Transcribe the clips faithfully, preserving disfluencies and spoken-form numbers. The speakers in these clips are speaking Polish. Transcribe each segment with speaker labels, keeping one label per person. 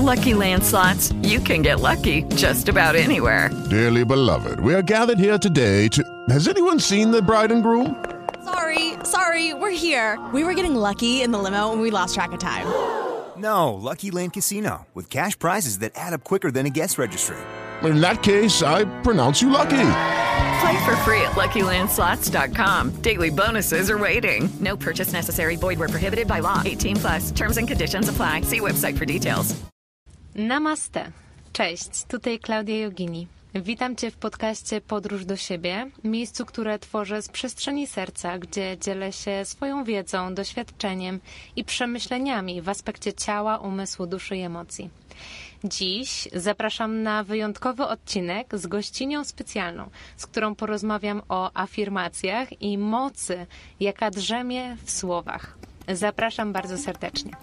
Speaker 1: Lucky Land Slots, you can get lucky just about anywhere.
Speaker 2: Dearly beloved, we are gathered here today to... Has anyone seen the bride and groom?
Speaker 3: Sorry, sorry, we're here. We were getting lucky in the limo and we lost track of time.
Speaker 4: No, Lucky Land Casino, with cash prizes that add up quicker than a guest registry.
Speaker 2: In that case, I pronounce you lucky.
Speaker 1: Play for free at Lucky Land Slots dot com. Daily bonuses are waiting. No purchase necessary. Void where prohibited by law. eighteen plus. Terms and conditions apply. See website for details.
Speaker 5: Namaste. Cześć, tutaj Klaudia Jogini. Witam Cię w podcaście Podróż do siebie, miejscu, które tworzę z przestrzeni serca, gdzie dzielę się swoją wiedzą, doświadczeniem i przemyśleniami w aspekcie ciała, umysłu, duszy i emocji. Dziś zapraszam na wyjątkowy odcinek z gościnią specjalną, z którą porozmawiam o afirmacjach i mocy, jaka drzemie w słowach. Zapraszam bardzo serdecznie.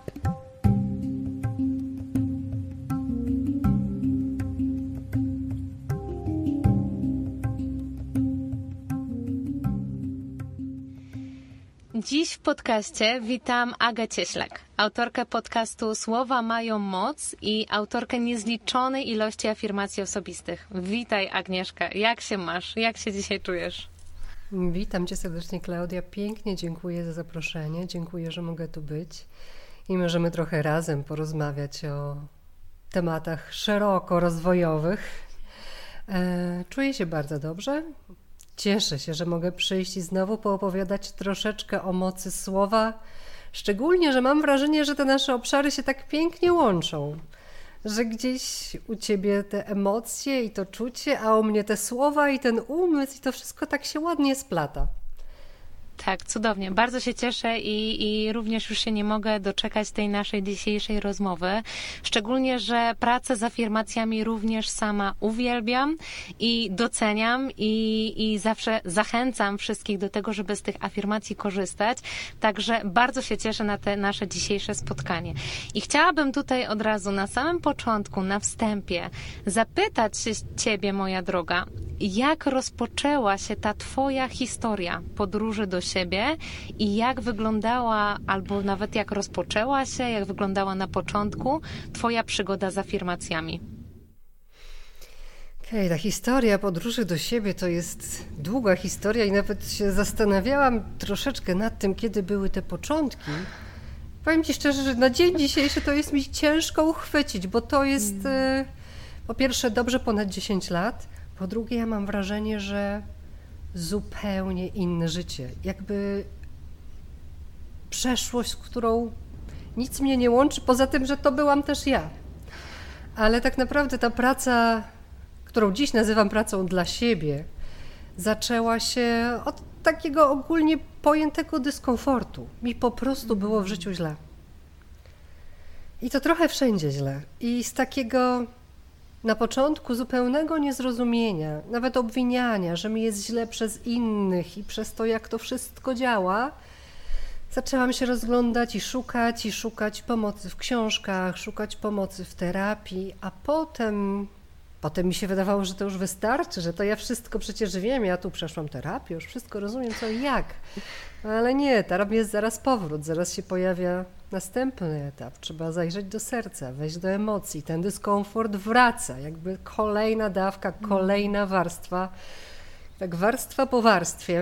Speaker 5: Dziś w podcaście witam Agę Cieślak, autorkę podcastu Słowa mają moc i autorkę niezliczonej ilości afirmacji osobistych. Witaj, Agnieszka, jak się masz? Jak się dzisiaj czujesz?
Speaker 6: Witam Cię serdecznie, Klaudia. Pięknie dziękuję za zaproszenie. Dziękuję, że mogę tu być i możemy trochę razem porozmawiać o tematach szeroko rozwojowych. E, czuję się bardzo dobrze. Cieszę się, że mogę przyjść i znowu poopowiadać troszeczkę o mocy słowa, szczególnie, że mam wrażenie, że te nasze obszary się tak pięknie łączą, że gdzieś u Ciebie te emocje i to czucie, a u mnie te słowa i ten umysł i to wszystko tak się ładnie splata.
Speaker 5: Tak, cudownie. Bardzo się cieszę i, i również już się nie mogę doczekać tej naszej dzisiejszej rozmowy. Szczególnie, że pracę z afirmacjami również sama uwielbiam i doceniam i, i zawsze zachęcam wszystkich do tego, żeby z tych afirmacji korzystać. Także bardzo się cieszę na te nasze dzisiejsze spotkanie. I chciałabym tutaj od razu na samym początku, na wstępie zapytać się Ciebie, moja droga, jak rozpoczęła się ta Twoja historia podróży do siebie i jak wyglądała, albo nawet jak rozpoczęła się, jak wyglądała na początku Twoja przygoda z afirmacjami?
Speaker 6: Okej, okay, ta historia podróży do siebie to jest długa historia i nawet się zastanawiałam troszeczkę nad tym, kiedy były te początki. Powiem Ci szczerze, że na dzień dzisiejszy to jest mi ciężko uchwycić, bo to jest hmm. po pierwsze dobrze ponad dziesięć lat, po drugie ja mam wrażenie, że zupełnie inne życie. Jakby przeszłość, z którą nic mnie nie łączy, poza tym, że to byłam też ja. Ale tak naprawdę ta praca, którą dziś nazywam pracą dla siebie, zaczęła się od takiego ogólnie pojętego dyskomfortu. Mi po prostu było w życiu źle. I to trochę wszędzie źle. I z takiego na początku zupełnego niezrozumienia, nawet obwiniania, że mi jest źle przez innych i przez to, jak to wszystko działa, zaczęłam się rozglądać i szukać, i szukać pomocy w książkach, szukać pomocy w terapii, a potem, potem mi się wydawało, że to już wystarczy, że to ja wszystko przecież wiem, ja tu przeszłam terapię, już wszystko rozumiem, co i jak. Ale nie, tam jest zaraz powrót, zaraz się pojawia następny etap. Trzeba zajrzeć do serca, wejść do emocji. Ten dyskomfort wraca, jakby kolejna dawka, kolejna warstwa. Tak warstwa po warstwie.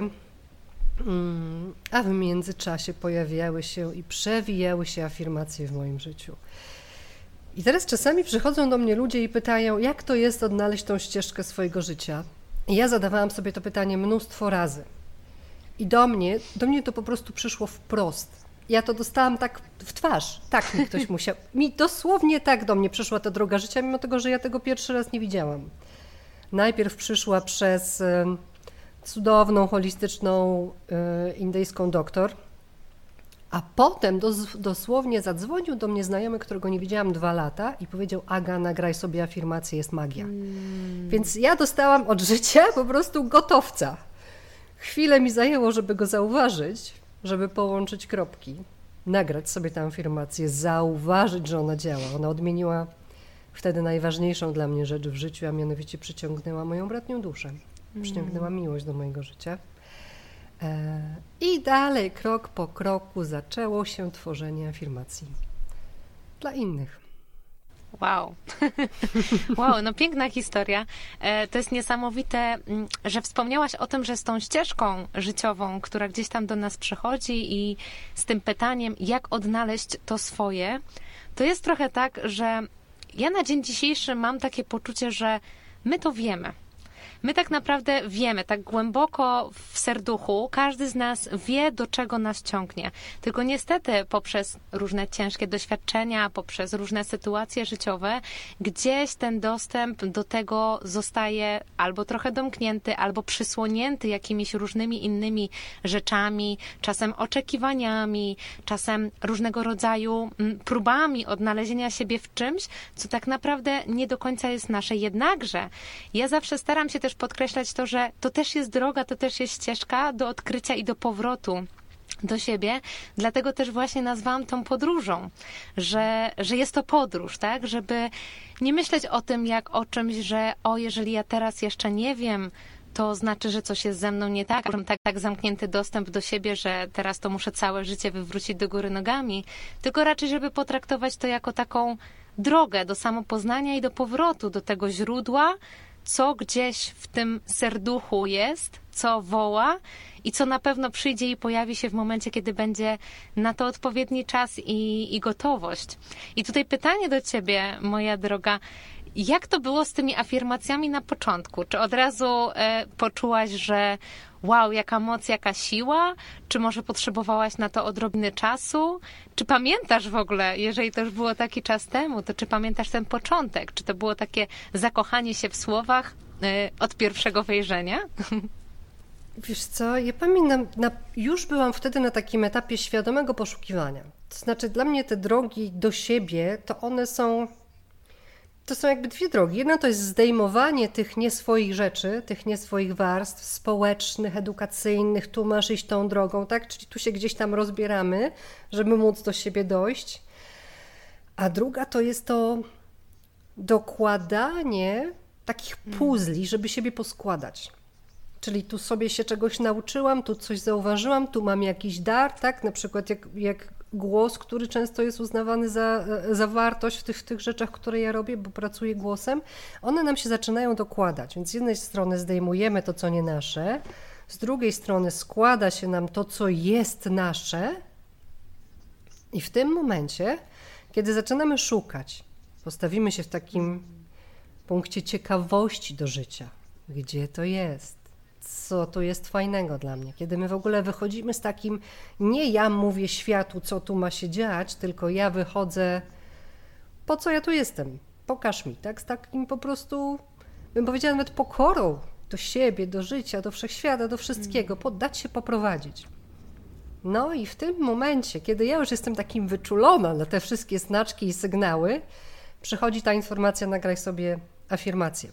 Speaker 6: A w międzyczasie pojawiały się i przewijały się afirmacje w moim życiu. I teraz czasami przychodzą do mnie ludzie i pytają, jak to jest odnaleźć tą ścieżkę swojego życia. I ja zadawałam sobie to pytanie mnóstwo razy. I do mnie, do mnie to po prostu przyszło wprost. Ja to dostałam tak w twarz. Tak mi ktoś musiał. Mi dosłownie tak do mnie przyszła ta droga życia, mimo tego, że ja tego pierwszy raz nie widziałam. Najpierw przyszła przez cudowną, holistyczną, indyjską doktor, a potem dos- dosłownie zadzwonił do mnie znajomy, którego nie widziałam dwa lata i powiedział: Aga, nagraj sobie afirmację, jest magia. Mm. Więc ja dostałam od życia po prostu gotowca. Chwilę mi zajęło, żeby go zauważyć, żeby połączyć kropki, nagrać sobie tę afirmację, zauważyć, że ona działa. Ona odmieniła wtedy najważniejszą dla mnie rzecz w życiu, a mianowicie przyciągnęła moją bratnią duszę. Przyciągnęła miłość do mojego życia. I dalej, krok po kroku, zaczęło się tworzenie afirmacji dla innych.
Speaker 5: Wow. Wow, no piękna historia. To jest niesamowite, że wspomniałaś o tym, że z tą ścieżką życiową, która gdzieś tam do nas przychodzi i z tym pytaniem, jak odnaleźć to swoje, to jest trochę tak, że ja na dzień dzisiejszy mam takie poczucie, że my to wiemy. My tak naprawdę wiemy, tak głęboko w serduchu, każdy z nas wie, do czego nas ciągnie. Tylko niestety poprzez różne ciężkie doświadczenia, poprzez różne sytuacje życiowe, gdzieś ten dostęp do tego zostaje albo trochę domknięty, albo przysłonięty jakimiś różnymi innymi rzeczami, czasem oczekiwaniami, czasem różnego rodzaju próbami odnalezienia siebie w czymś, co tak naprawdę nie do końca jest nasze. Jednakże ja zawsze staram się też podkreślać to, że to też jest droga, to też jest ścieżka do odkrycia i do powrotu do siebie, dlatego też właśnie nazwałam tą podróżą, że, że jest to podróż, tak, żeby nie myśleć o tym jak o czymś, że o, jeżeli ja teraz jeszcze nie wiem, to znaczy, że coś jest ze mną nie tak, mam tak, tak zamknięty dostęp do siebie, że teraz to muszę całe życie wywrócić do góry nogami, tylko raczej, żeby potraktować to jako taką drogę do samopoznania i do powrotu do tego źródła, co gdzieś w tym serduchu jest, co woła i co na pewno przyjdzie i pojawi się w momencie, kiedy będzie na to odpowiedni czas i, i gotowość. I tutaj pytanie do ciebie, moja droga, jak to było z tymi afirmacjami na początku? Czy od razu e, poczułaś, że wow, jaka moc, jaka siła? Czy może potrzebowałaś na to odrobiny czasu? Czy pamiętasz w ogóle, jeżeli to już było taki czas temu, to czy pamiętasz ten początek? Czy to było takie zakochanie się w słowach e, od pierwszego wejrzenia?
Speaker 6: Wiesz co, ja pamiętam, na, już byłam wtedy na takim etapie świadomego poszukiwania. To znaczy dla mnie te drogi do siebie, to one są... To są jakby dwie drogi. Jedna to jest zdejmowanie tych nie swoich rzeczy, tych nie swoich warstw społecznych, edukacyjnych, tu masz iść tą drogą, tak? Czyli tu się gdzieś tam rozbieramy, żeby móc do siebie dojść. A druga to jest to dokładanie takich puzli, żeby siebie poskładać. Czyli tu sobie się czegoś nauczyłam, tu coś zauważyłam, tu mam jakiś dar, tak? Na przykład jak, jak głos, który często jest uznawany za, za wartość w tych, w tych rzeczach, które ja robię, bo pracuję głosem, one nam się zaczynają dokładać. Więc z jednej strony zdejmujemy to, co nie nasze, z drugiej strony składa się nam to, co jest nasze i w tym momencie, kiedy zaczynamy szukać, postawimy się w takim punkcie ciekawości do życia. Gdzie to jest? Co tu jest fajnego dla mnie? Kiedy my w ogóle wychodzimy z takim, nie ja mówię światu, co tu ma się dziać, tylko ja wychodzę, po co ja tu jestem? Pokaż mi, tak? Z takim po prostu, bym powiedziała nawet pokorą do siebie, do życia, do wszechświata, do wszystkiego, poddać się poprowadzić. No i w tym momencie, kiedy ja już jestem takim wyczulona na te wszystkie znaczki i sygnały, przychodzi ta informacja, nagraj sobie afirmację.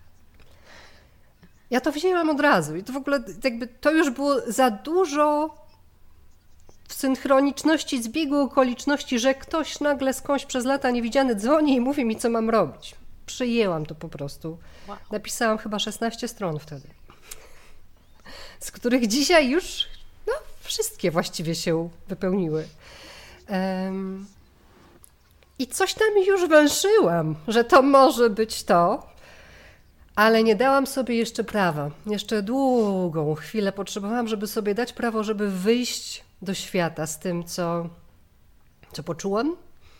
Speaker 6: Ja to wzięłam od razu i to w ogóle jakby to już było za dużo w synchroniczności zbiegu okoliczności, że ktoś nagle skądś przez lata niewidziany dzwoni i mówi mi, co mam robić. Przyjęłam to po prostu. Wow. Napisałam chyba szesnaście stron wtedy, z których dzisiaj już no, wszystkie właściwie się wypełniły. Um, I coś tam już węszyłam, że to może być to. Ale nie dałam sobie jeszcze prawa. Jeszcze długą chwilę potrzebowałam, żeby sobie dać prawo, żeby wyjść do świata z tym, co, co poczułam.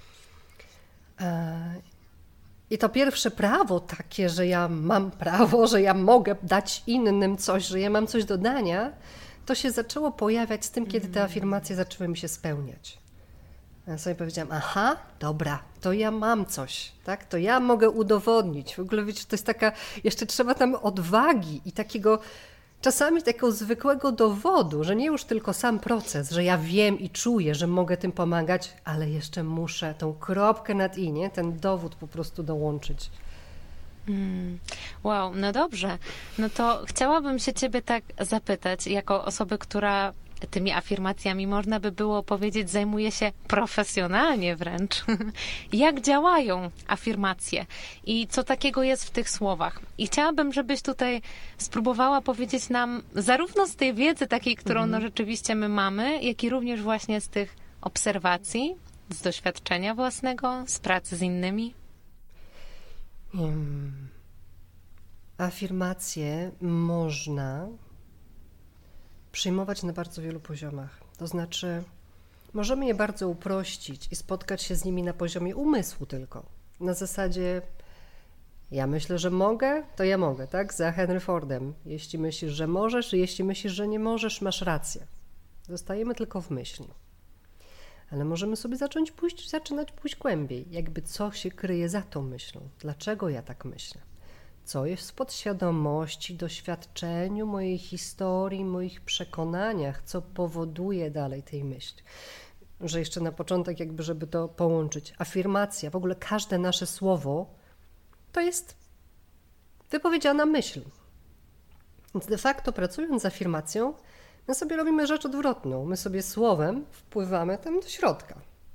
Speaker 6: I to pierwsze prawo takie, że ja mam prawo, że ja mogę dać innym coś, że ja mam coś do dania, to się zaczęło pojawiać z tym, kiedy te afirmacje zaczęły mi się spełniać. Ja sobie powiedziałam, aha, dobra, to ja mam coś, tak? To ja mogę udowodnić. W ogóle wiecie, to jest taka, jeszcze trzeba tam odwagi i takiego, czasami takiego zwykłego dowodu, że nie już tylko sam proces, że ja wiem i czuję, że mogę tym pomagać, ale jeszcze muszę tą kropkę nad i, nie? Ten dowód po prostu dołączyć.
Speaker 5: Mm, wow, no dobrze. No to chciałabym się ciebie tak zapytać, jako osoby, która tymi afirmacjami, można by było powiedzieć, zajmuje się profesjonalnie wręcz. Jak działają afirmacje i co takiego jest w tych słowach? I chciałabym, żebyś tutaj spróbowała powiedzieć nam zarówno z tej wiedzy takiej, którą no rzeczywiście my mamy, jak i również właśnie z tych obserwacji, z doświadczenia własnego, z pracy z innymi.
Speaker 6: Hmm. Afirmacje można przyjmować na bardzo wielu poziomach. To znaczy, możemy je bardzo uprościć i spotkać się z nimi na poziomie umysłu tylko. Na zasadzie, ja myślę, że mogę, to ja mogę, tak? Za Henry Fordem. Jeśli myślisz, że możesz, jeśli myślisz, że nie możesz, masz rację. Zostajemy tylko w myśli. Ale możemy sobie zacząć pójść, zaczynać pójść głębiej. Jakby co się kryje za tą myślą. Dlaczego ja tak myślę? Co jest w podświadomości, doświadczeniu, mojej historii, moich przekonaniach, co powoduje dalej tej myśli. Że jeszcze na początek jakby, żeby to połączyć. Afirmacja, w ogóle każde nasze słowo to jest wypowiedziana myśl. Więc de facto pracując z afirmacją, my sobie robimy rzecz odwrotną. My sobie słowem wpływamy tam do środka.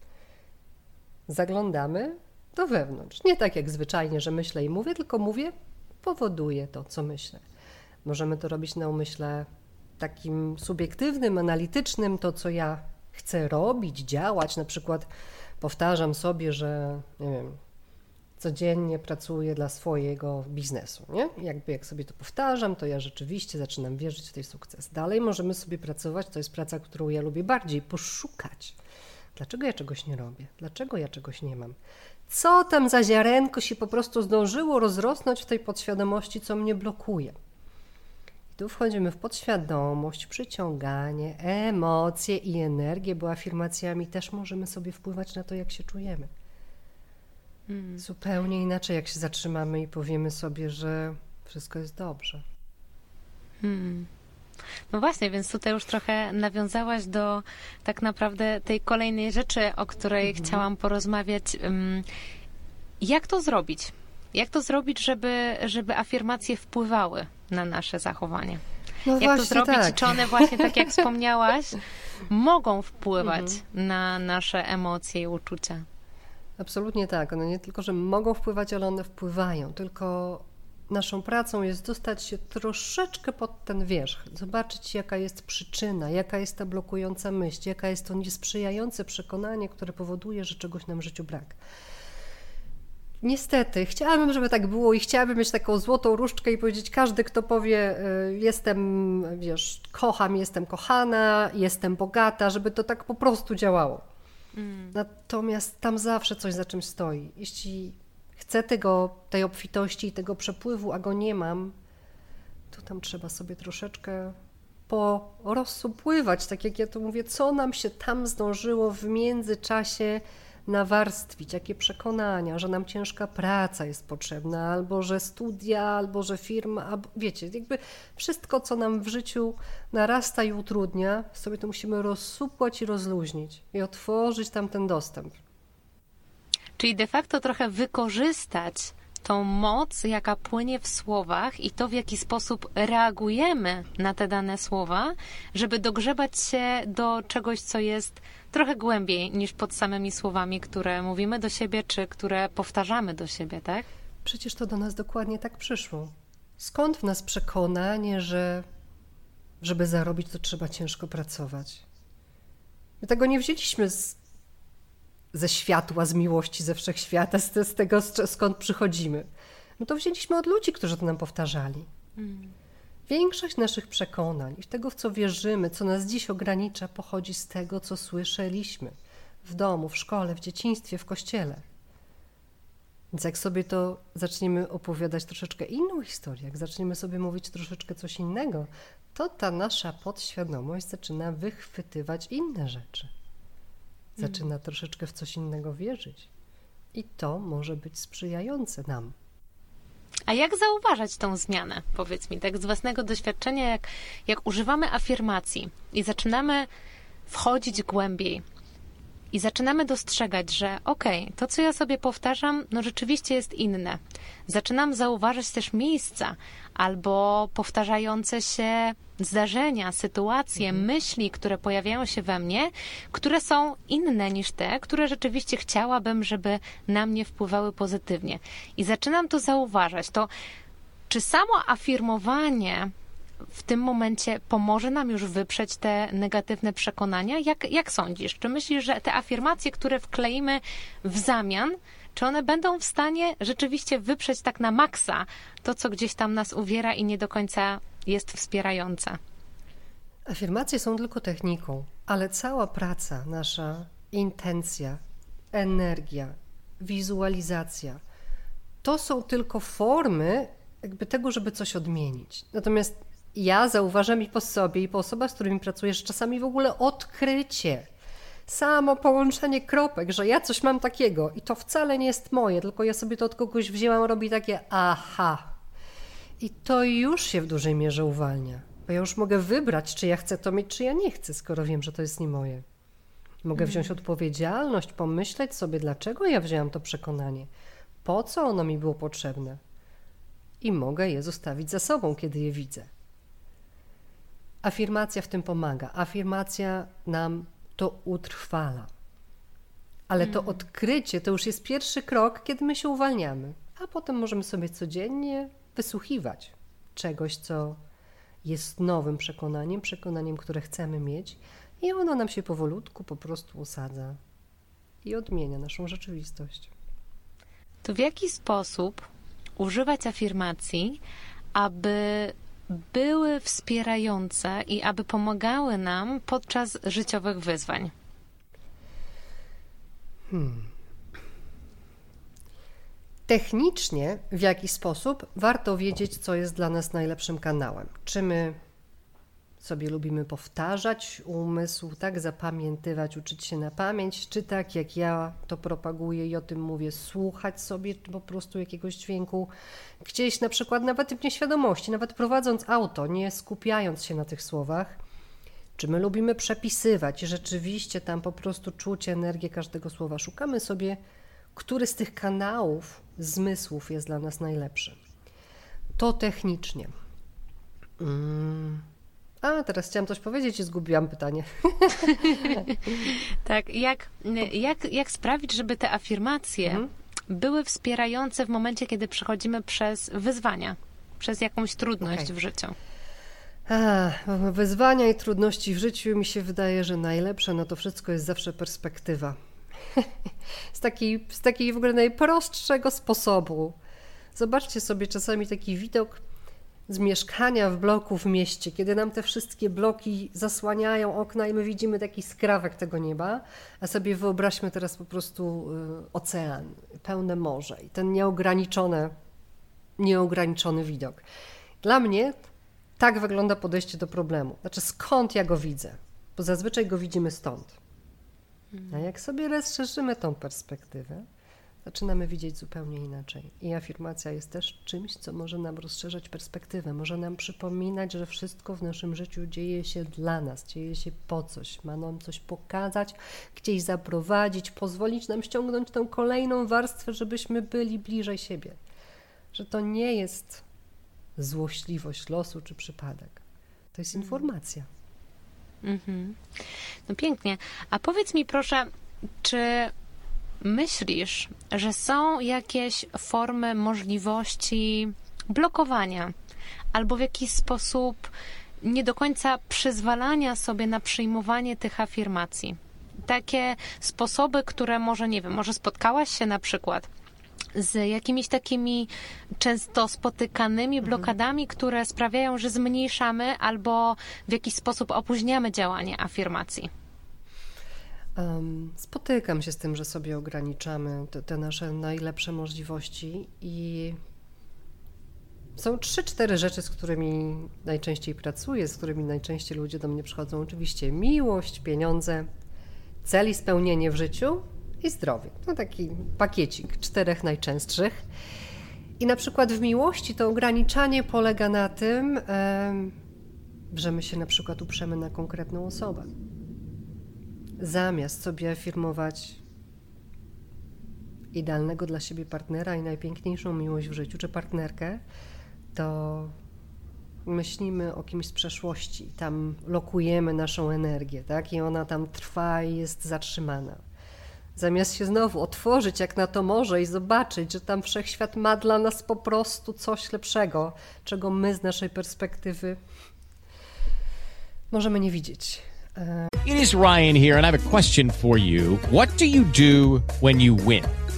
Speaker 6: Zaglądamy do wewnątrz. Nie tak jak zwyczajnie, że myślę i mówię, tylko mówię, powoduje to, co myślę. Możemy to robić na umyśle takim subiektywnym, analitycznym, to co ja chcę robić, działać. Na przykład powtarzam sobie, że nie wiem, codziennie pracuję dla swojego biznesu. Nie? Jakby jak sobie to powtarzam, to ja rzeczywiście zaczynam wierzyć w ten sukces. Dalej możemy sobie pracować, to jest praca, którą ja lubię bardziej, poszukać. Dlaczego ja czegoś nie robię? Dlaczego ja czegoś nie mam? Co tam za ziarenko się po prostu zdążyło rozrosnąć w tej podświadomości, co mnie blokuje? I tu wchodzimy w podświadomość, przyciąganie, emocje i energię, bo afirmacjami też możemy sobie wpływać na to, jak się czujemy. Hmm. Zupełnie inaczej, jak się zatrzymamy i powiemy sobie, że wszystko jest dobrze.
Speaker 5: Hmm. No właśnie, więc tutaj już trochę nawiązałaś do tak naprawdę tej kolejnej rzeczy, o której mhm. chciałam porozmawiać. Jak to zrobić? Jak to zrobić, żeby, żeby afirmacje wpływały na nasze zachowanie?
Speaker 6: No
Speaker 5: jak to zrobić?
Speaker 6: Tak.
Speaker 5: Czy one właśnie, tak jak wspomniałaś, mogą wpływać mhm. na nasze emocje i uczucia?
Speaker 6: Absolutnie tak. One nie tylko, że mogą wpływać, ale one wpływają. Tylko naszą pracą jest dostać się troszeczkę pod ten wierzch, zobaczyć, jaka jest przyczyna, jaka jest ta blokująca myśl, jaka jest to niesprzyjające przekonanie, które powoduje, że czegoś nam w życiu brak. Niestety, chciałabym, żeby tak było i chciałabym mieć taką złotą różdżkę i powiedzieć, każdy, kto powie, jestem, wiesz, kocham, jestem kochana, jestem bogata, żeby to tak po prostu działało. Mm. Natomiast tam zawsze coś za czymś stoi. Jeśli chcę tego, tej obfitości i tego przepływu, a go nie mam, to tam trzeba sobie troszeczkę porozpływać, tak jak ja to mówię, co nam się tam zdążyło w międzyczasie nawarstwić, jakie przekonania, że nam ciężka praca jest potrzebna, albo że studia, albo że firma, albo wiecie, jakby wszystko, co nam w życiu narasta i utrudnia, sobie to musimy rozsupłać i rozluźnić i otworzyć tam ten dostęp.
Speaker 5: Czyli de facto trochę wykorzystać tą moc, jaka płynie w słowach i to, w jaki sposób reagujemy na te dane słowa, żeby dogrzebać się do czegoś, co jest trochę głębiej niż pod samymi słowami, które mówimy do siebie, czy które powtarzamy do siebie, tak?
Speaker 6: Przecież to do nas dokładnie tak przyszło. Skąd w nas przekonanie, że żeby zarobić, to trzeba ciężko pracować? My tego nie wzięliśmy z ze światła, z miłości, ze wszechświata, z, z tego, skąd przychodzimy. No to wzięliśmy od ludzi, którzy to nam powtarzali. Mm. Większość naszych przekonań i tego, w co wierzymy, co nas dziś ogranicza, pochodzi z tego, co słyszeliśmy w domu, w szkole, w dzieciństwie, w kościele. Więc jak sobie to zaczniemy opowiadać troszeczkę inną historię, jak zaczniemy sobie mówić troszeczkę coś innego, to ta nasza podświadomość zaczyna wychwytywać inne rzeczy. Zaczyna troszeczkę w coś innego wierzyć. I to może być sprzyjające nam.
Speaker 5: A jak zauważać tą zmianę? Powiedz mi, tak z własnego doświadczenia, jak, jak używamy afirmacji i zaczynamy wchodzić głębiej i zaczynamy dostrzegać, że okej, okay, to co ja sobie powtarzam, no rzeczywiście jest inne. Zaczynam zauważać też miejsca albo powtarzające się zdarzenia, sytuacje, mhm. myśli, które pojawiają się we mnie, które są inne niż te, które rzeczywiście chciałabym, żeby na mnie wpływały pozytywnie. I zaczynam to zauważać. To czy samo afirmowanie w tym momencie pomoże nam już wyprzeć te negatywne przekonania? Jak, jak sądzisz? Czy myślisz, że te afirmacje, które wkleimy w zamian, czy one będą w stanie rzeczywiście wyprzeć tak na maksa to, co gdzieś tam nas uwiera i nie do końca jest wspierające?
Speaker 6: Afirmacje są tylko techniką, ale cała praca, nasza intencja, energia, wizualizacja, to są tylko formy jakby tego, żeby coś odmienić. Natomiast ja zauważam i po sobie, i po osobach, z którymi pracuję, że czasami w ogóle odkrycie, samo połączenie kropek, że ja coś mam takiego i to wcale nie jest moje, tylko ja sobie to od kogoś wzięłam, robi takie aha. I to już się w dużej mierze uwalnia, bo ja już mogę wybrać, czy ja chcę to mieć, czy ja nie chcę, skoro wiem, że to jest nie moje. Mogę wziąć odpowiedzialność, pomyśleć sobie, dlaczego ja wzięłam to przekonanie, po co ono mi było potrzebne i mogę je zostawić za sobą, kiedy je widzę. Afirmacja w tym pomaga. Afirmacja nam to utrwala. Ale to odkrycie to już jest pierwszy krok, kiedy my się uwalniamy, a potem możemy sobie codziennie wysłuchiwać czegoś, co jest nowym przekonaniem, przekonaniem, które chcemy mieć i ono nam się powolutku po prostu usadza i odmienia naszą rzeczywistość.
Speaker 5: To w jaki sposób używać afirmacji, aby były wspierające i aby pomagały nam podczas życiowych wyzwań?
Speaker 6: Hmm. Technicznie w jaki sposób warto wiedzieć, co jest dla nas najlepszym kanałem. Czy my sobie lubimy powtarzać umysł, tak, zapamiętywać, uczyć się na pamięć, czy tak jak ja to propaguję i o tym mówię, słuchać sobie po prostu jakiegoś dźwięku gdzieś na przykład nawet w nieświadomości, nawet prowadząc auto, nie skupiając się na tych słowach. Czy my lubimy przepisywać i rzeczywiście tam po prostu czuć energię każdego słowa. Szukamy sobie, który z tych kanałów zmysłów jest dla nas najlepszy. To technicznie. Hmm. A, teraz chciałam coś powiedzieć i zgubiłam pytanie.
Speaker 5: Tak, jak, jak, jak sprawić, żeby te afirmacje mhm. były wspierające w momencie, kiedy przechodzimy przez wyzwania, przez jakąś trudność okay. w życiu?
Speaker 6: A, wyzwania i trudności w życiu mi się wydaje, że najlepsze na to wszystko jest zawsze perspektywa. z, takiej, z takiej w ogóle najprostszego sposobu. Zobaczcie sobie czasami taki widok z mieszkania w bloku w mieście, kiedy nam te wszystkie bloki zasłaniają okna i my widzimy taki skrawek tego nieba, a sobie wyobraźmy teraz po prostu ocean, pełne morze i ten nieograniczony, nieograniczony widok. Dla mnie tak wygląda podejście do problemu. Znaczy skąd ja go widzę? Bo zazwyczaj go widzimy stąd. A jak sobie rozszerzymy tą perspektywę, zaczynamy widzieć zupełnie inaczej. I afirmacja jest też czymś, co może nam rozszerzać perspektywę, może nam przypominać, że wszystko w naszym życiu dzieje się dla nas, dzieje się po coś, ma nam coś pokazać, gdzieś zaprowadzić, pozwolić nam ściągnąć tą kolejną warstwę, żebyśmy byli bliżej siebie. Że to nie jest złośliwość losu czy przypadek. To jest informacja.
Speaker 5: Mhm. No pięknie. A powiedz mi proszę, czy myślisz, że są jakieś formy możliwości blokowania albo w jakiś sposób nie do końca przyzwalania sobie na przyjmowanie tych afirmacji? Takie sposoby, które może, nie wiem, może spotkałaś się na przykład z jakimiś takimi często spotykanymi blokadami, które sprawiają, że zmniejszamy albo w jakiś sposób opóźniamy działanie afirmacji?
Speaker 6: Um, spotykam się z tym, że sobie ograniczamy te, te nasze najlepsze możliwości i są trzy, cztery rzeczy, z którymi najczęściej pracuję, z którymi najczęściej ludzie do mnie przychodzą. Oczywiście miłość, pieniądze, cel i spełnienie w życiu i zdrowie. No taki pakiecik czterech najczęstszych. I na przykład w miłości to ograniczanie polega na tym, że my się na przykład uprzemy na konkretną osobę. Zamiast sobie afirmować idealnego dla siebie partnera i najpiękniejszą miłość w życiu, czy partnerkę, to myślimy o kimś z przeszłości. Tam lokujemy naszą energię, tak? I ona tam trwa i jest zatrzymana. Zamiast się znowu otworzyć jak na to morze i zobaczyć, że tam wszechświat ma dla nas po prostu coś lepszego, czego my z naszej perspektywy możemy nie widzieć.
Speaker 7: It is Ryan here and I have a question for you. What do you do when you win?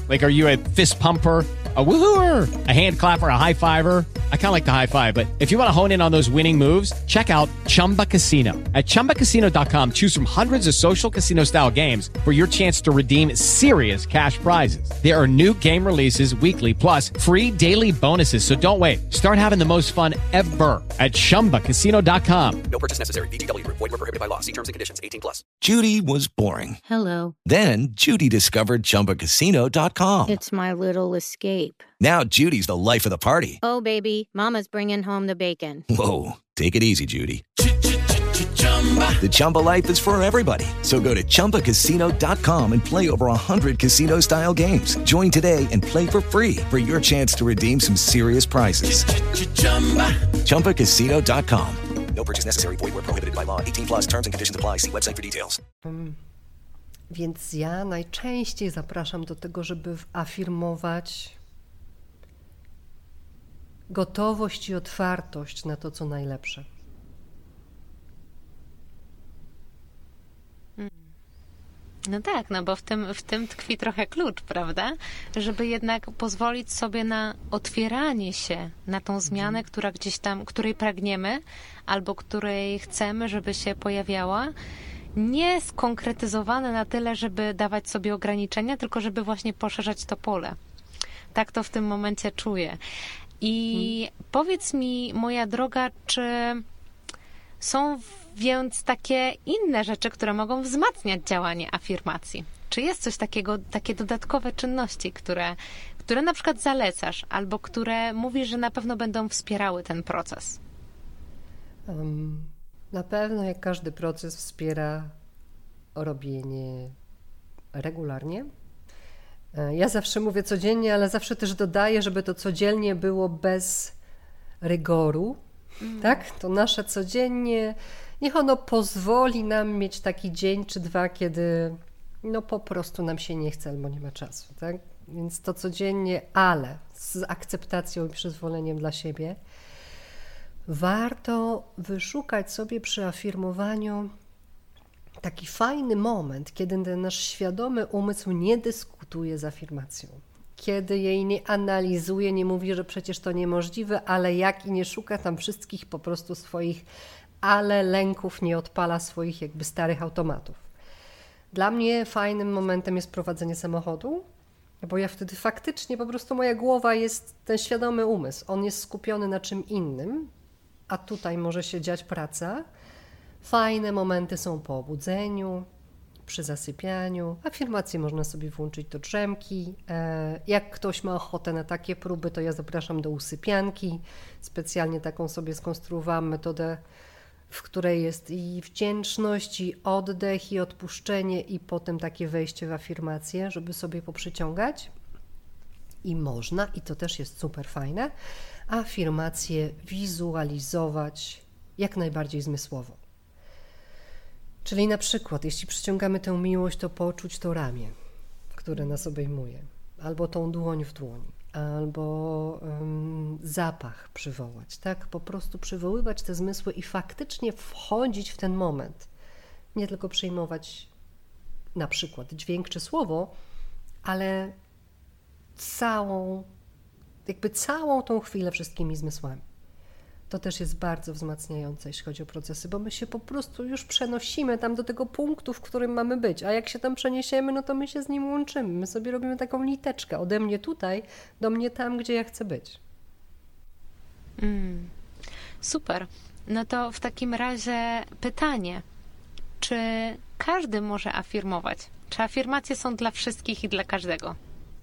Speaker 7: Like, are you a fist pumper, a woohooer, a hand clapper, a high fiver? I kind of like the high five, but if you want to hone in on those winning moves, check out Chumba Casino. At chumba casino dot com, choose from hundreds of social casino style games for your chance to redeem serious cash prizes. There are new game releases weekly, plus free daily bonuses. So don't wait. Start having the most fun ever at chumba casino dot com.
Speaker 8: No purchase necessary. V G W Group. Void where prohibited by law. See terms and conditions. eighteen plus.
Speaker 9: Judy was boring.
Speaker 10: Hello.
Speaker 9: Then Judy discovered chumba casino dot com.
Speaker 10: It's my little escape.
Speaker 9: Now Judy's the life of the party.
Speaker 10: Oh, baby, mama's bringing home the bacon.
Speaker 9: Whoa, take it easy, Judy. The Chumba life is for everybody. So go to chumba casino dot com and play over one hundred casino-style games. Join today and play for free for your chance to redeem some serious prizes. chumba casino dot com.
Speaker 8: No purchase necessary. Void where prohibited by law. eighteen plus. Terms and conditions apply. See website for details.
Speaker 6: Um, więc ja najczęściej zapraszam do tego, żeby afirmować gotowość i otwartość na to, co najlepsze.
Speaker 5: No tak, no bo w tym, w tym tkwi trochę klucz, prawda? Żeby jednak pozwolić sobie na otwieranie się na tą zmianę, która gdzieś tam, której pragniemy albo której chcemy, żeby się pojawiała. Nie skonkretyzowane na tyle, żeby dawać sobie ograniczenia, tylko żeby właśnie poszerzać to pole. Tak to w tym momencie czuję. I hmm. powiedz mi, moja droga, czy są więc takie inne rzeczy, które mogą wzmacniać działanie afirmacji? Czy jest coś takiego, takie dodatkowe czynności, które, które na przykład zalecasz, albo które mówisz, że na pewno będą wspierały ten proces?
Speaker 6: Um, na pewno jak każdy proces wspiera robienie regularnie. Ja zawsze mówię codziennie, ale zawsze też dodaję, żeby to codziennie było bez rygoru. Mm. Tak? To nasze codziennie, niech ono pozwoli nam mieć taki dzień czy dwa, kiedy no po prostu nam się nie chce albo nie ma czasu. Tak? Więc to codziennie, ale z akceptacją i przyzwoleniem dla siebie. Warto wyszukać sobie przy afirmowaniu taki fajny moment, kiedy ten nasz świadomy umysł nie dyskutuje z afirmacją. Kiedy jej nie analizuje, nie mówi, że przecież to niemożliwe, ale jak i nie szuka tam wszystkich po prostu swoich ale lęków, nie odpala swoich jakby starych automatów. Dla mnie fajnym momentem jest prowadzenie samochodu, bo ja wtedy faktycznie po prostu moja głowa jest ten świadomy umysł. On jest skupiony na czym innym, a tutaj może się dziać praca. Fajne momenty są po obudzeniu, przy zasypianiu. Afirmacje można sobie włączyć do drzemki. Jak ktoś ma ochotę na takie próby, to ja zapraszam do usypianki. Specjalnie taką sobie skonstruowałam metodę, w której jest i wdzięczność, i oddech, i odpuszczenie, i potem takie wejście w afirmację, żeby sobie poprzyciągać. I można, i to też jest super fajne, afirmacje wizualizować jak najbardziej zmysłowo. Czyli na przykład, jeśli przyciągamy tę miłość, to poczuć to ramię, które nas obejmuje, albo tą dłoń w dłoni, albo um, zapach przywołać, tak? Po prostu przywoływać te zmysły i faktycznie wchodzić w ten moment. Nie tylko przyjmować na przykład dźwięk czy słowo, ale całą, jakby całą tą chwilę wszystkimi zmysłami. To też jest bardzo wzmacniające, jeśli chodzi o procesy, bo my się po prostu już przenosimy tam do tego punktu, w którym mamy być, a jak się tam przeniesiemy, no to my się z nim łączymy. My sobie robimy taką liteczkę ode mnie tutaj, do mnie tam, gdzie ja chcę być.
Speaker 5: Mm, super. No to w takim razie pytanie, czy każdy może afirmować? Czy afirmacje są dla wszystkich i dla każdego?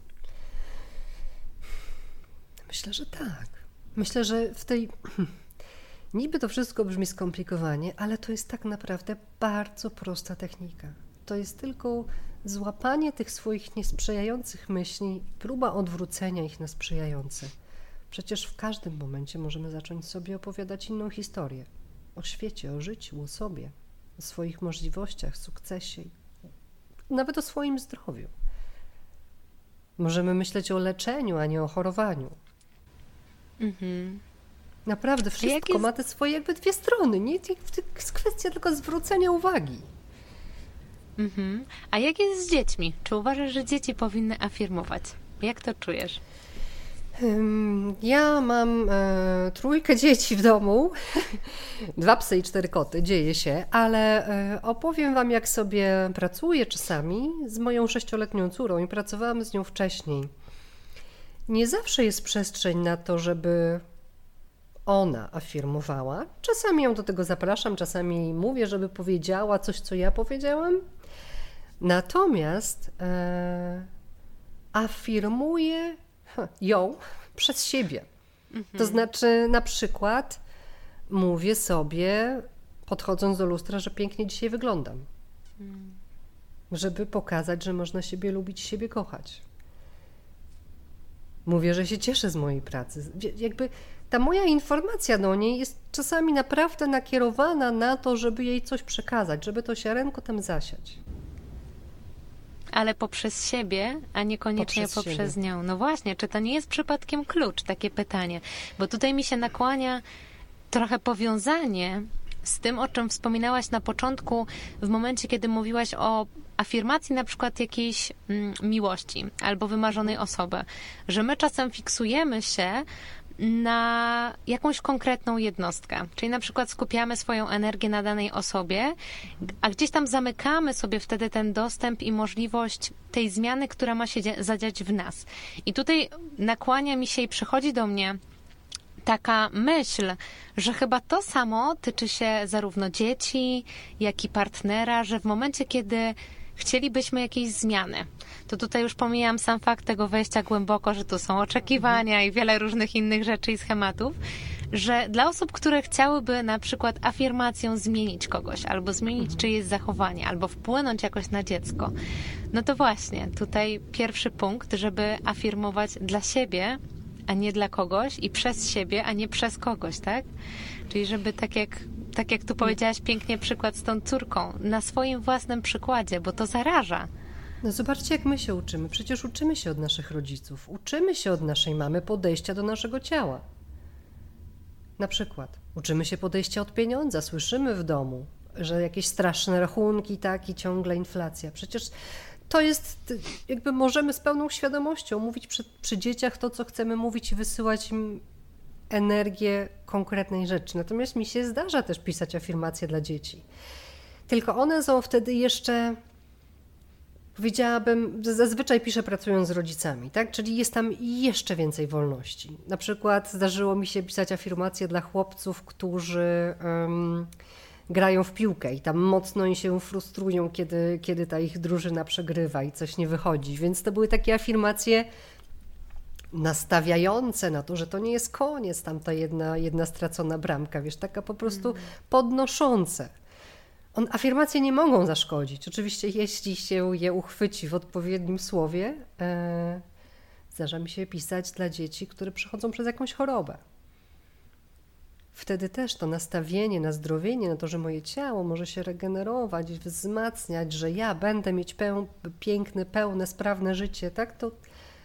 Speaker 6: Myślę, że tak. Myślę, że w tej... Niby to wszystko brzmi skomplikowanie, ale to jest tak naprawdę bardzo prosta technika. To jest tylko złapanie tych swoich niesprzyjających myśli, próba odwrócenia ich na sprzyjające. Przecież w każdym momencie możemy zacząć sobie opowiadać inną historię. O świecie, o życiu, o sobie, o swoich możliwościach, sukcesie, nawet o swoim zdrowiu. Możemy myśleć o leczeniu, a nie o chorowaniu. Mhm. Naprawdę wszystko jest... ma te swoje jakby dwie strony. Nie jest kwestia tylko zwrócenia uwagi.
Speaker 5: Mhm. A jak jest z dziećmi? Czy uważasz, że dzieci powinny afirmować? Jak to czujesz?
Speaker 6: Ja mam e, trójkę dzieci w domu, dwa psy i cztery koty, dzieje się, ale e, opowiem Wam, jak sobie pracuję czasami z moją sześcioletnią córą i pracowałam z nią wcześniej. Nie zawsze jest przestrzeń na to, żeby ona afirmowała. Czasami ją do tego zapraszam, czasami jej mówię, żeby powiedziała coś, co ja powiedziałam. Natomiast e, afirmuję ją przez siebie. Mhm. To znaczy, na przykład mówię sobie, podchodząc do lustra, że pięknie dzisiaj wyglądam. Mhm. Żeby pokazać, że można siebie lubić, siebie kochać. Mówię, że się cieszę z mojej pracy. Jakby ta moja informacja do niej jest czasami naprawdę nakierowana na to, żeby jej coś przekazać, żeby to ziarenko tam zasiać.
Speaker 5: Ale poprzez siebie, a niekoniecznie poprzez, poprzez nią. No właśnie, czy to nie jest przypadkiem klucz? Takie pytanie. Bo tutaj mi się nakłania trochę powiązanie z tym, o czym wspominałaś na początku, w momencie, kiedy mówiłaś o afirmacji na przykład jakiejś mm, miłości albo wymarzonej osoby. Że my czasem fiksujemy się na jakąś konkretną jednostkę. Czyli na przykład skupiamy swoją energię na danej osobie, a gdzieś tam zamykamy sobie wtedy ten dostęp i możliwość tej zmiany, która ma się zadziać w nas. I tutaj nakłania mi się i przychodzi do mnie taka myśl, że chyba to samo tyczy się zarówno dzieci, jak i partnera, że w momencie, kiedy chcielibyśmy jakiejś zmiany, to tutaj już pomijam sam fakt tego wejścia głęboko, że tu są oczekiwania i wiele różnych innych rzeczy i schematów, że dla osób, które chciałyby na przykład afirmacją zmienić kogoś, albo zmienić czyjeś zachowanie, albo wpłynąć jakoś na dziecko, no to właśnie tutaj pierwszy punkt, żeby afirmować dla siebie, a nie dla kogoś i przez siebie, a nie przez kogoś, tak? Czyli żeby tak jak tak jak tu powiedziałaś pięknie przykład z tą córką, na swoim własnym przykładzie, bo to zaraża.
Speaker 6: No zobaczcie, jak my się uczymy. Przecież uczymy się od naszych rodziców. Uczymy się od naszej mamy podejścia do naszego ciała. Na przykład uczymy się podejścia od pieniądza. Słyszymy w domu, że jakieś straszne rachunki, tak, i ciągle inflacja. Przecież to jest, jakby możemy z pełną świadomością mówić przy, przy dzieciach to, co chcemy mówić i wysyłać im energię konkretnej rzeczy. Natomiast mi się zdarza też pisać afirmacje dla dzieci. Tylko one są wtedy jeszcze, powiedziałabym, zazwyczaj piszę pracując z rodzicami, tak? Czyli jest tam jeszcze więcej wolności. Na przykład zdarzyło mi się pisać afirmacje dla chłopców, którzy um, grają w piłkę i tam mocno i się frustrują, kiedy, kiedy ta ich drużyna przegrywa i coś nie wychodzi. Więc to były takie afirmacje nastawiające na to, że to nie jest koniec, tam ta jedna, jedna stracona bramka, wiesz, taka po prostu mm. podnoszące. On, afirmacje nie mogą zaszkodzić. Oczywiście jeśli się je uchwyci w odpowiednim słowie, e, zdarza mi się pisać dla dzieci, które przechodzą przez jakąś chorobę. Wtedy też to nastawienie na zdrowienie, na to, że moje ciało może się regenerować, wzmacniać, że ja będę mieć peł, piękne, pełne, sprawne życie, tak, to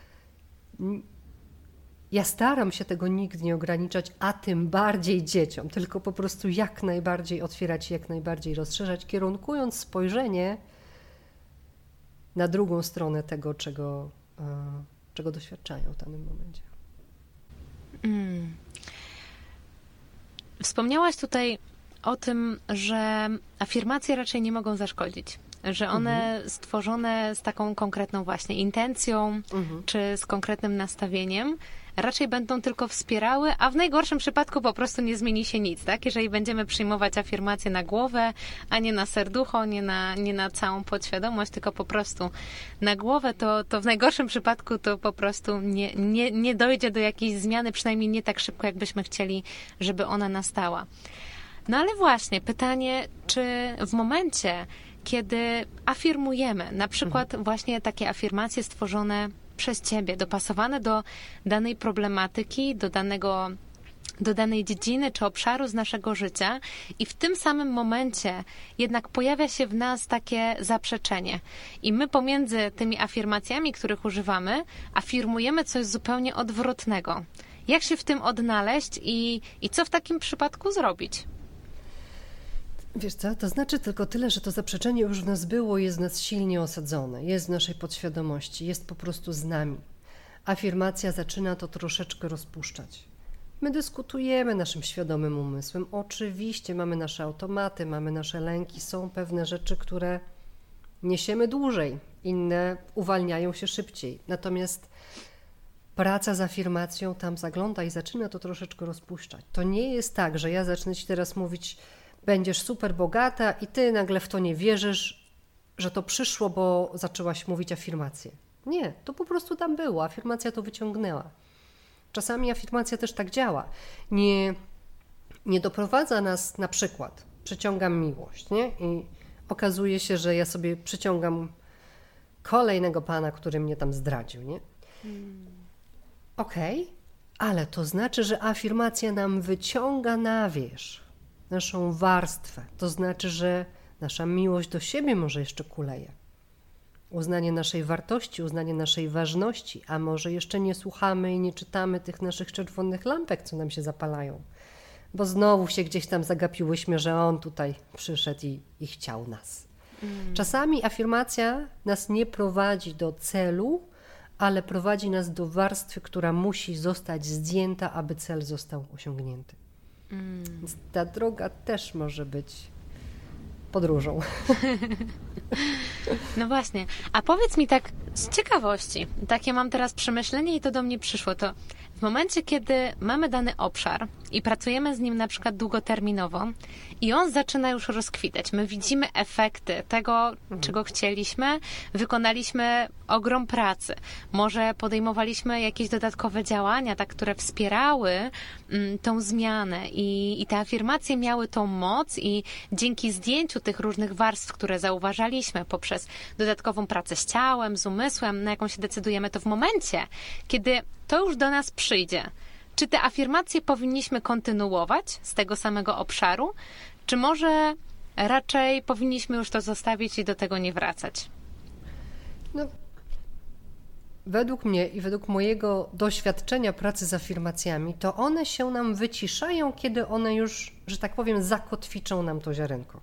Speaker 6: ja staram się tego nigdy nie ograniczać, a tym bardziej dzieciom, tylko po prostu jak najbardziej otwierać, jak najbardziej rozszerzać, kierunkując spojrzenie na drugą stronę tego, czego, czego doświadczają w danym momencie.
Speaker 5: Mm. Wspomniałaś tutaj o tym, że afirmacje raczej nie mogą zaszkodzić. Że one mhm. stworzone z taką konkretną właśnie intencją, mhm. czy z konkretnym nastawieniem, raczej będą tylko wspierały, a w najgorszym przypadku po prostu nie zmieni się nic, tak? Jeżeli będziemy przyjmować afirmacje na głowę, a nie na serducho, nie na, nie na całą podświadomość, tylko po prostu na głowę, to, to w najgorszym przypadku to po prostu nie, nie, nie dojdzie do jakiejś zmiany, przynajmniej nie tak szybko, jakbyśmy chcieli, żeby ona nastała. No ale właśnie, pytanie, czy w momencie, kiedy afirmujemy, na przykład mhm. właśnie takie afirmacje stworzone przez ciebie, dopasowane do danej problematyki, do danego, do danej dziedziny czy obszaru z naszego życia i w tym samym momencie jednak pojawia się w nas takie zaprzeczenie. I my pomiędzy tymi afirmacjami, których używamy, afirmujemy coś zupełnie odwrotnego. Jak się w tym odnaleźć i, i co w takim przypadku zrobić?
Speaker 6: Wiesz co, to znaczy tylko tyle, że to zaprzeczenie już w nas było, jest w nas silnie osadzone, jest w naszej podświadomości, jest po prostu z nami. Afirmacja zaczyna to troszeczkę rozpuszczać. My dyskutujemy naszym świadomym umysłem. Oczywiście mamy nasze automaty, mamy nasze lęki, są pewne rzeczy, które niesiemy dłużej, inne uwalniają się szybciej. Natomiast praca z afirmacją tam zagląda i zaczyna to troszeczkę rozpuszczać. To nie jest tak, że ja zacznę ci teraz mówić, będziesz super bogata i ty nagle w to nie wierzysz, że to przyszło, bo zaczęłaś mówić afirmację. Nie, to po prostu tam było, afirmacja to wyciągnęła. Czasami afirmacja też tak działa. Nie, nie doprowadza nas, na przykład, przyciągam miłość, nie? I okazuje się, że ja sobie przyciągam kolejnego pana, który mnie tam zdradził, nie? Hmm. Okej, okay, ale to znaczy, że afirmacja nam wyciąga na wierzch naszą warstwę. To znaczy, że nasza miłość do siebie może jeszcze kuleje. Uznanie naszej wartości, uznanie naszej ważności, a może jeszcze nie słuchamy i nie czytamy tych naszych czerwonych lampek, co nam się zapalają, bo znowu się gdzieś tam zagapiłyśmy, że on tutaj przyszedł i, i chciał nas. Mm. Czasami afirmacja nas nie prowadzi do celu, ale prowadzi nas do warstwy, która musi zostać zdjęta, aby cel został osiągnięty. Mm. Więc ta droga też może być podróżą.
Speaker 5: No właśnie. A powiedz mi tak z ciekawości, takie mam teraz przemyślenie i to do mnie przyszło, to w momencie, kiedy mamy dany obszar i pracujemy z nim na przykład długoterminowo i on zaczyna już rozkwitać, my widzimy efekty tego, mhm. czego chcieliśmy, wykonaliśmy ogrom pracy, może podejmowaliśmy jakieś dodatkowe działania, tak, które wspierały mm, tą zmianę i, i te afirmacje miały tą moc i dzięki zdjęciu tych różnych warstw, które zauważaliśmy poprzez dodatkową pracę z ciałem, z umysłem, na jaką się decydujemy, to w momencie, kiedy to już do nas przyjdzie, czy te afirmacje powinniśmy kontynuować z tego samego obszaru, czy może raczej powinniśmy już to zostawić i do tego nie wracać?
Speaker 6: No, według mnie i według mojego doświadczenia pracy z afirmacjami, to one się nam wyciszają, kiedy one już, że tak powiem, zakotwiczą nam to ziarenko.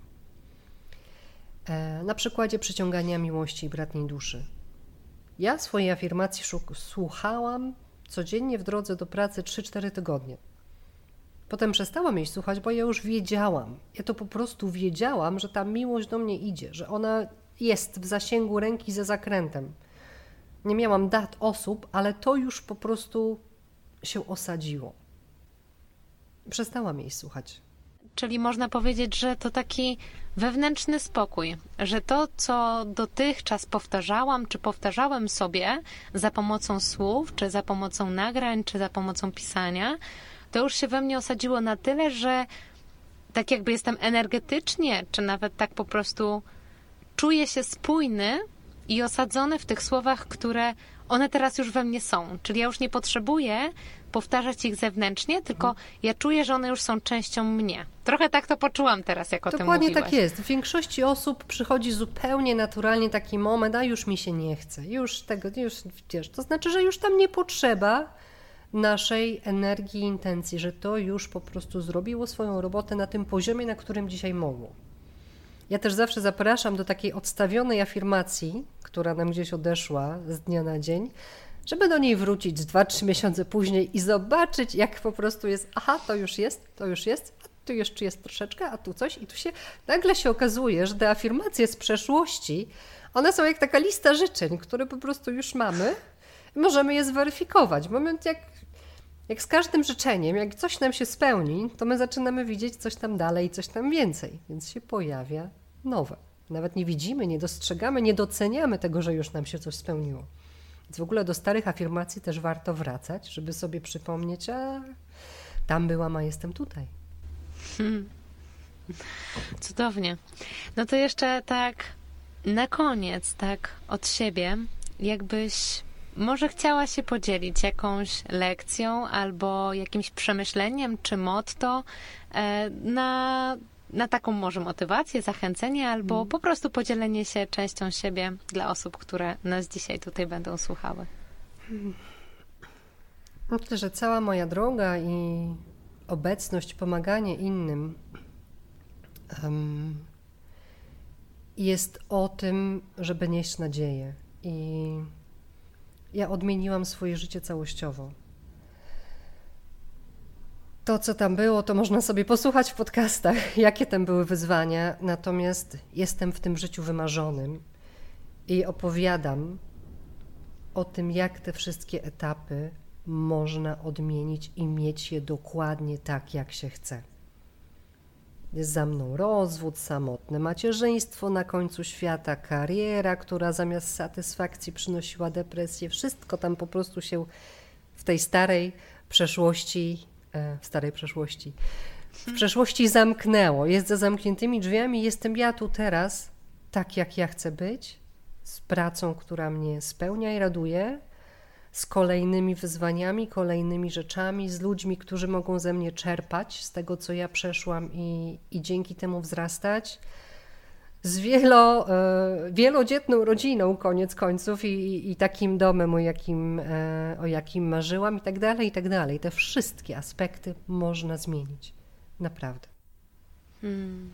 Speaker 6: E, na przykładzie przyciągania miłości i bratniej duszy. Ja swojej afirmacji słuchałam codziennie w drodze do pracy trzy cztery tygodnie. Potem przestałam jej słuchać, bo ja już wiedziałam. Ja to po prostu wiedziałam, że ta miłość do mnie idzie, że ona jest w zasięgu ręki za zakrętem. Nie miałam dat osób, ale to już po prostu się osadziło. Przestałam jej słuchać.
Speaker 5: Czyli można powiedzieć, że to taki wewnętrzny spokój, że to, co dotychczas powtarzałam, czy powtarzałem sobie za pomocą słów, czy za pomocą nagrań, czy za pomocą pisania, to już się we mnie osadziło na tyle, że tak jakby jestem energetycznie, czy nawet tak po prostu czuję się spójny i osadzony w tych słowach, które one teraz już we mnie są. Czyli ja już nie potrzebuję powtarzać ich zewnętrznie, tylko ja czuję, że one już są częścią mnie. Trochę tak to poczułam teraz, jak o tym mówiłaś.
Speaker 6: Dokładnie tak jest. W większości osób przychodzi zupełnie naturalnie taki moment, a już mi się nie chce, już tego, już wiesz, to znaczy, że już tam nie potrzeba naszej energii i intencji, że to już po prostu zrobiło swoją robotę na tym poziomie, na którym dzisiaj mogło. Ja też zawsze zapraszam do takiej odstawionej afirmacji, która nam gdzieś odeszła z dnia na dzień, żeby do niej wrócić z dwa trzy miesiące później i zobaczyć, jak po prostu jest, aha, to już jest, to już jest, a tu jeszcze jest troszeczkę, a tu coś i tu się, nagle się okazuje, że te afirmacje z przeszłości, one są jak taka lista życzeń, które po prostu już mamy i możemy je zweryfikować. Moment jak, jak z każdym życzeniem, jak coś nam się spełni, to my zaczynamy widzieć coś tam dalej, coś tam więcej, więc się pojawia nowe. Nawet nie widzimy, nie dostrzegamy, nie doceniamy tego, że już nam się coś spełniło. Więc w ogóle do starych afirmacji też warto wracać, żeby sobie przypomnieć, a tam byłam, a jestem tutaj.
Speaker 5: Hmm. Cudownie. No to jeszcze tak na koniec, tak od siebie, jakbyś może chciała się podzielić jakąś lekcją albo jakimś przemyśleniem czy motto na, na taką może motywację, zachęcenie albo hmm. po prostu podzielenie się częścią siebie dla osób, które nas dzisiaj tutaj będą słuchały.
Speaker 6: Myślę, że cała moja droga i obecność, pomaganie innym um, jest o tym, żeby nieść nadzieję. I ja odmieniłam swoje życie całościowo. To, co tam było, to można sobie posłuchać w podcastach, jakie tam były wyzwania, natomiast jestem w tym życiu wymarzonym i opowiadam o tym, jak te wszystkie etapy można odmienić i mieć je dokładnie tak, jak się chce. Jest za mną rozwód, samotne macierzyństwo na końcu świata, kariera, która zamiast satysfakcji przynosiła depresję. Wszystko tam po prostu się w tej starej przeszłości, e, w starej przeszłości, w przeszłości zamknęło. Jest za zamkniętymi drzwiami, jestem ja tu teraz, tak jak ja chcę być, z pracą, która mnie spełnia i raduje, z kolejnymi wyzwaniami, kolejnymi rzeczami, z ludźmi, którzy mogą ze mnie czerpać, z tego, co ja przeszłam i, i dzięki temu wzrastać, z wielo, e, wielodzietną rodziną koniec końców i, i, i takim domem, o jakim, e, o jakim marzyłam i tak dalej, i tak dalej. Te wszystkie aspekty można zmienić. Naprawdę.
Speaker 5: Hmm.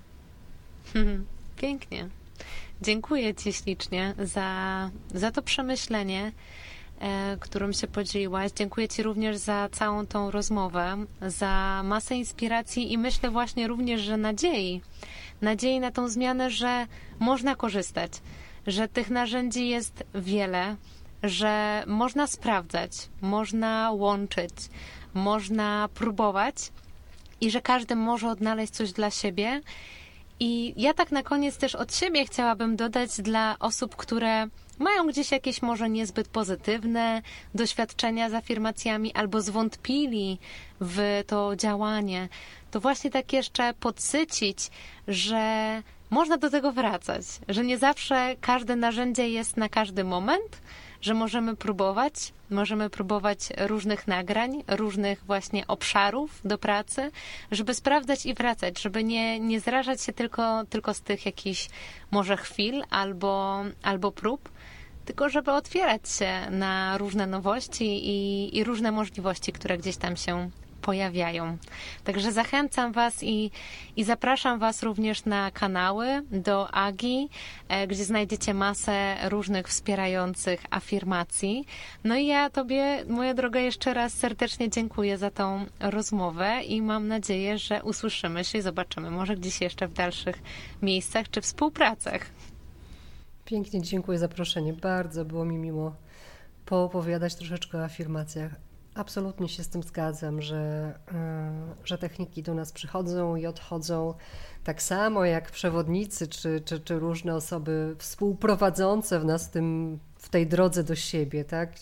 Speaker 5: Pięknie. Dziękuję Ci ślicznie za, za to przemyślenie, którym się podzieliłaś. Dziękuję Ci również za całą tą rozmowę, za masę inspiracji i myślę właśnie również, że nadziei. Nadziei na tą zmianę, że można korzystać, że tych narzędzi jest wiele, że można sprawdzać, można łączyć, można próbować i że każdy może odnaleźć coś dla siebie. I ja tak na koniec też od siebie chciałabym dodać dla osób, które mają gdzieś jakieś może niezbyt pozytywne doświadczenia z afirmacjami albo zwątpili w to działanie, to właśnie tak jeszcze podsycić, że można do tego wracać, że nie zawsze każde narzędzie jest na każdy moment, że możemy próbować, możemy próbować różnych nagrań, różnych właśnie obszarów do pracy, żeby sprawdzać i wracać, żeby nie, nie zrażać się tylko, tylko z tych jakichś może chwil albo, albo prób, tylko żeby otwierać się na różne nowości i, i różne możliwości, które gdzieś tam się pojawiają. Także zachęcam Was i, i zapraszam Was również na kanały do Agi, gdzie znajdziecie masę różnych wspierających afirmacji. No i ja Tobie, moja droga, jeszcze raz serdecznie dziękuję za tą rozmowę i mam nadzieję, że usłyszymy się i zobaczymy może gdzieś jeszcze w dalszych miejscach czy współpracach.
Speaker 6: Pięknie dziękuję za zaproszenie. Bardzo było mi miło poopowiadać troszeczkę o afirmacjach. Absolutnie się z tym zgadzam, że, że techniki do nas przychodzą i odchodzą tak samo jak przewodnicy czy, czy, czy różne osoby współprowadzące w nas w, tym, w tej drodze do siebie, tak?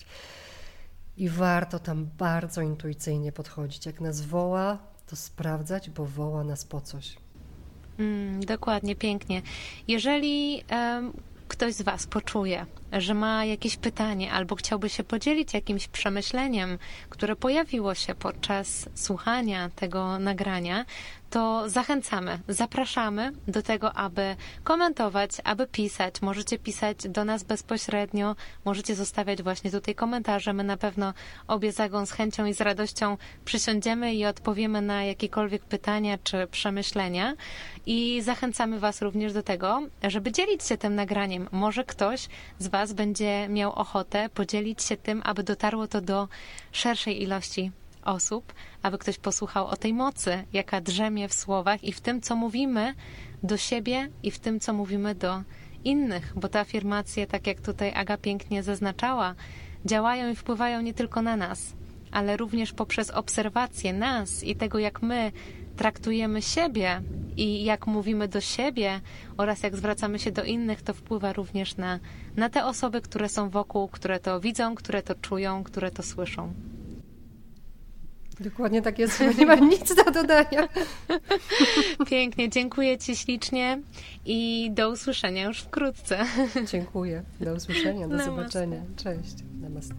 Speaker 6: I warto tam bardzo intuicyjnie podchodzić. Jak nas woła, to sprawdzać, bo woła nas po coś.
Speaker 5: Mm, dokładnie, pięknie. Jeżeli um, ktoś z Was poczuje, że ma jakieś pytanie albo chciałby się podzielić jakimś przemyśleniem, które pojawiło się podczas słuchania tego nagrania, to zachęcamy, zapraszamy do tego, aby komentować, aby pisać. Możecie pisać do nas bezpośrednio, możecie zostawiać właśnie tutaj komentarze. My na pewno obie z Agą z chęcią i z radością przysiądziemy i odpowiemy na jakiekolwiek pytania czy przemyślenia. I zachęcamy Was również do tego, żeby dzielić się tym nagraniem. Może ktoś z Was będzie miał ochotę podzielić się tym, aby dotarło to do szerszej ilości osób, aby ktoś posłuchał o tej mocy, jaka drzemie w słowach i w tym, co mówimy do siebie i w tym, co mówimy do innych, bo te afirmacje, tak jak tutaj Aga pięknie zaznaczała, działają i wpływają nie tylko na nas, ale również poprzez obserwację nas i tego, jak my traktujemy siebie i jak mówimy do siebie oraz jak zwracamy się do innych, to wpływa również na, na te osoby, które są wokół, które to widzą, które to czują, które to słyszą.
Speaker 6: Dokładnie tak jest, nie mam nic do dodania.
Speaker 5: Pięknie, dziękuję Ci ślicznie i do usłyszenia już wkrótce.
Speaker 6: Dziękuję, do usłyszenia, do
Speaker 5: Namaste.
Speaker 6: zobaczenia. Cześć, namaste.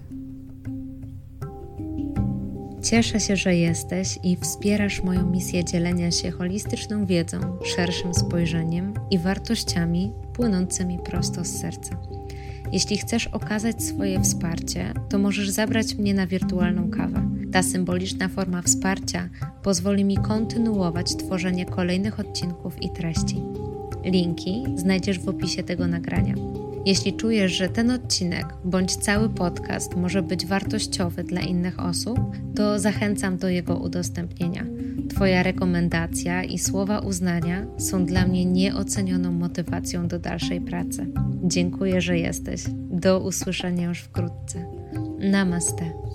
Speaker 5: Cieszę się, że jesteś i wspierasz moją misję dzielenia się holistyczną wiedzą, szerszym spojrzeniem i wartościami płynącymi prosto z serca. Jeśli chcesz okazać swoje wsparcie, to możesz zabrać mnie na wirtualną kawę. Ta symboliczna forma wsparcia pozwoli mi kontynuować tworzenie kolejnych odcinków i treści. Linki znajdziesz w opisie tego nagrania. Jeśli czujesz, że ten odcinek bądź cały podcast może być wartościowy dla innych osób, to zachęcam do jego udostępnienia. Twoja rekomendacja i słowa uznania są dla mnie nieocenioną motywacją do dalszej pracy. Dziękuję, że jesteś. Do usłyszenia już wkrótce. Namaste.